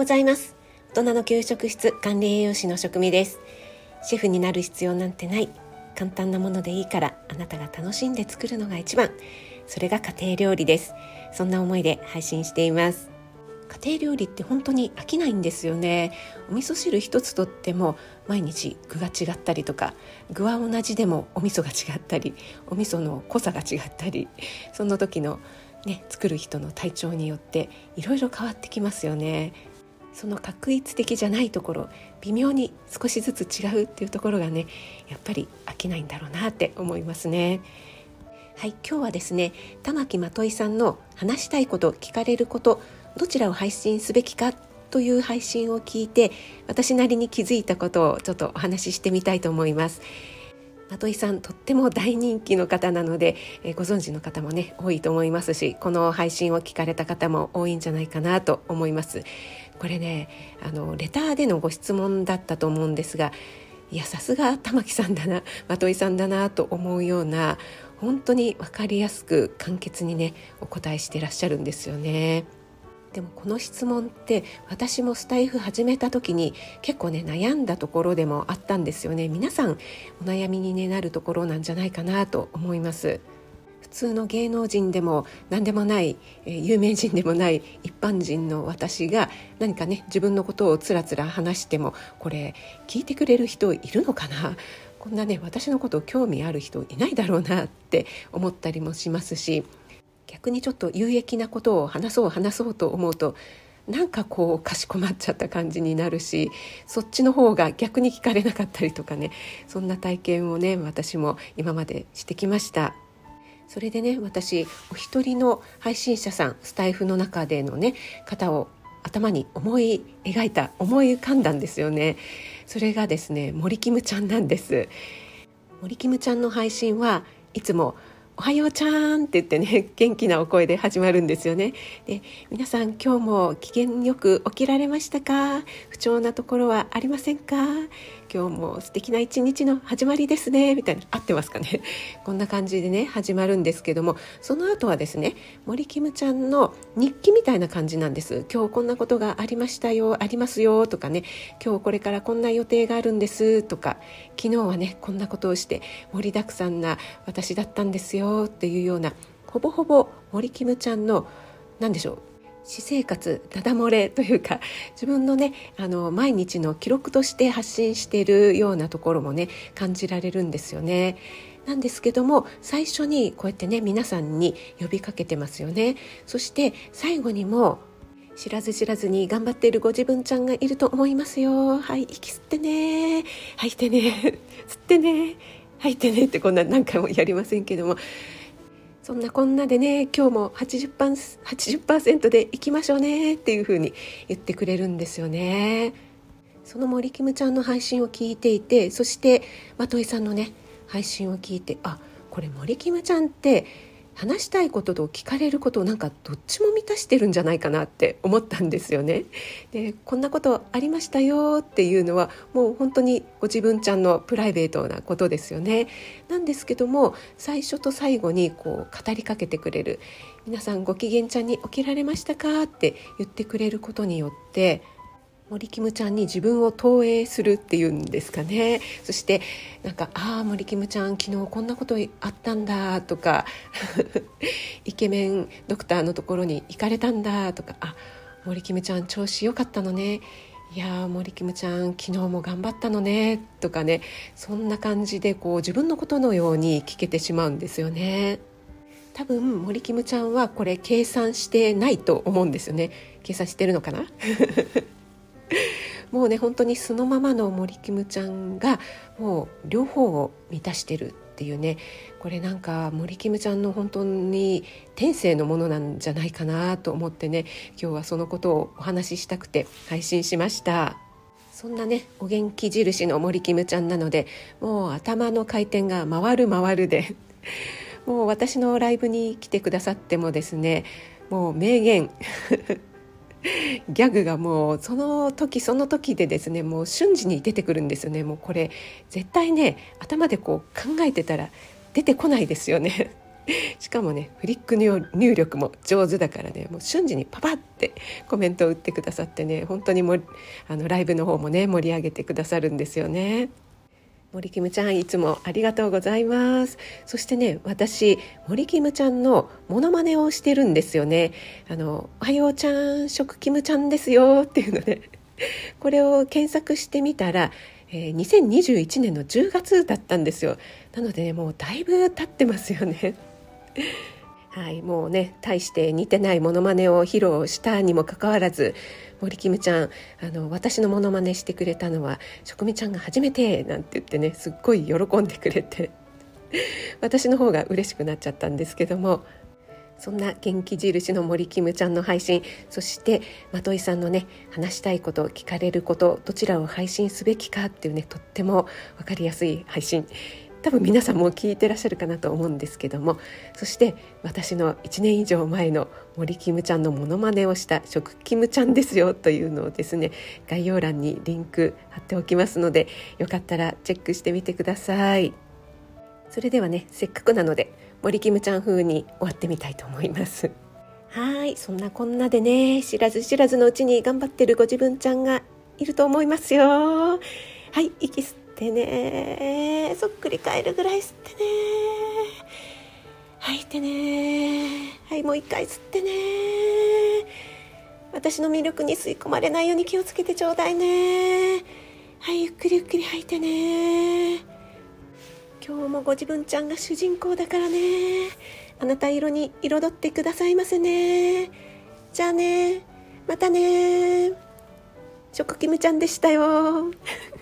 ございます。大人の給食室管理栄養士の食味です。シェフになる必要なんてない。簡単なものでいいからあなたが楽しんで作るのが一番。それが家庭料理です。そんな思いで配信しています。家庭料理って本当に飽きないんですよね。お味噌汁一つとっても毎日具が違ったりとか、具は同じでもお味噌が違ったり、お味噌の濃さが違ったり、その時の作る人の体調によっていろいろ変わってきますよね。その確一的じゃないところ、微妙に少しずつ違うっていうところがね、やっぱり飽きないんだろうなって思いますね。はい、今日はですね、玉木まといさんの話したいこと、聞かれること、どちらを配信すべきかという配信を聞いて、私なりに気づいたことをちょっとお話ししてみたいと思います。まといさんとっても大人気の方なので、ご存知の方もね多いと思いますし、この配信を聞かれた方も多いんじゃないかなと思います。これね、レターでのご質問だったと思うんですが、いやさすが玉木さんだな、まといさんだなと思うような、本当に分かりやすく簡潔にねお答えしてらっしゃるんですよね。でもこの質問って私もスタイフ始めた時に結構ね悩んだところでもあったんですよね。皆さんお悩みに、なるところなんじゃないかなと思います。普通の芸能人でも何でもない、有名人でもない一般人の私が何かね自分のことをつらつら話しても、これ聞いてくれる人いるのかな、こんなね私のこと興味ある人いないだろうなって思ったりもしますし、逆にちょっと有益なことを話そうと思うと、なんかこうかしこまっちゃった感じになるし、そっちの方が逆に聞かれなかったりとかね、そんな体験をね私も今までしてきました。それでね、私お一人の配信者さん、スタイフの中でのね方を頭に思い浮かんだんですよね。それがですね、森キムちゃんなんです。森キムちゃんの配信はいつもおはようちゃんって言ってね、元気なお声で始まるんですよね。で、皆さん今日も機嫌よく起きられましたか？不調なところはありませんか？今日も素敵な一日の始まりですね、みたいな、合ってますかね。こんな感じでね始まるんですけども、その後はですね、森キムちゃんの日記みたいな感じなんです。今日こんなことがありましたよ、ありますよとかね、今日これからこんな予定があるんですとか、昨日はねこんなことをして盛りだくさんな私だったんですよっていうような、ほぼほぼ森キムちゃんの何でしょう、私生活ダダ漏れというか、自分のね毎日の記録として発信しているようなところもね感じられるんですよね。なんですけども、最初にこうやってね皆さんに呼びかけてますよね。そして最後にも、知らず知らずに頑張っているご自分ちゃんがいると思いますよ。はい、息吸ってね、吐いてね、吸ってね、吐いてねって、こんな何回もやりませんけども、そんなこんなでね、今日も 80% でいきましょうねっていう風に言ってくれるんですよね。その森キムちゃんの配信を聞いていて、そしてまといさんのね配信を聞いて、これ森キムちゃんって話したいことと聞かれることをなんかどっちも満たしてるんじゃないかなって思ったんですよね。で、こんなことありましたよっていうのはもう本当にご自分ちゃんのプライベートなことですよね。なんですけども、最初と最後にこう語りかけてくれる、皆さんご機嫌ちゃんに起きられましたかって言ってくれることによって、森キムちゃんに自分を投影するっていうんですかね。そしてなんか、森キムちゃん昨日こんなことあったんだとかイケメンドクターのところに行かれたんだとか、森キムちゃん調子良かったのね、いや森キムちゃん昨日も頑張ったのねとかね、そんな感じでこう自分のことのように聞けてしまうんですよね。多分森キムちゃんはこれ計算してないと思うんですよね。計算してるのかなもうね本当に素のままの森キムちゃんがもう両方を満たしてるっていうね、これなんか森キムちゃんの本当に天性のものなんじゃないかなと思ってね、今日はそのことをお話ししたくて配信しました。そんなねお元気印の森キムちゃんなので、もう頭の回転が回るでもう私のライブに来てくださってもですね、もう名言ギャグがもうその時その時でですね、もう瞬時に出てくるんですよね。もうこれ絶対ね頭でこう考えてたら出てこないですよねしかもねフリック入力も上手だからね、もう瞬時にパパってコメントを打ってくださってね、本当にライブの方もね盛り上げてくださるんですよね。森キムちゃんいつもありがとうございます。そしてね、私森キムちゃんのモノマネをしてるんですよね。おはようちゃん食キムちゃんですよっていうのでこれを検索してみたら、2021年の10月だったんですよ。なので、ね、もうだいぶ経ってますよねはい、もうね大して似てないモノマネを披露したにもかかわらず、森キムちゃん私のモノマネしてくれたのは食味ちゃんが初めてなんて言ってね、すっごい喜んでくれて私の方が嬉しくなっちゃったんですけども、そんな元気印の森キムちゃんの配信、そしてまといさんのね話したいこと、聞かれること、どちらを配信すべきかっていうね、とっても分かりやすい配信、多分皆さんも聞いてらっしゃるかなと思うんですけども、そして私の1年以上前の森キムちゃんのモノマネをした食キムちゃんですよというのをですね、概要欄にリンク貼っておきますので、よかったらチェックしてみてください。それではね、せっかくなので森キムちゃん風に終わってみたいと思います。はい、そんなこんなでね、知らず知らずのうちに頑張ってるご自分ちゃんがいると思いますよ。はい、息吸ってね、そっくり返るぐらい吸ってね、吐いてね、はい、もう一回吸ってね、私の魅力に吸い込まれないように気をつけてちょうだいね。はい、ゆっくりゆっくり吐いてね。今日もご自分ちゃんが主人公だからね、あなた色に彩ってくださいませね。じゃあね、またね。食キムちゃんでしたよ。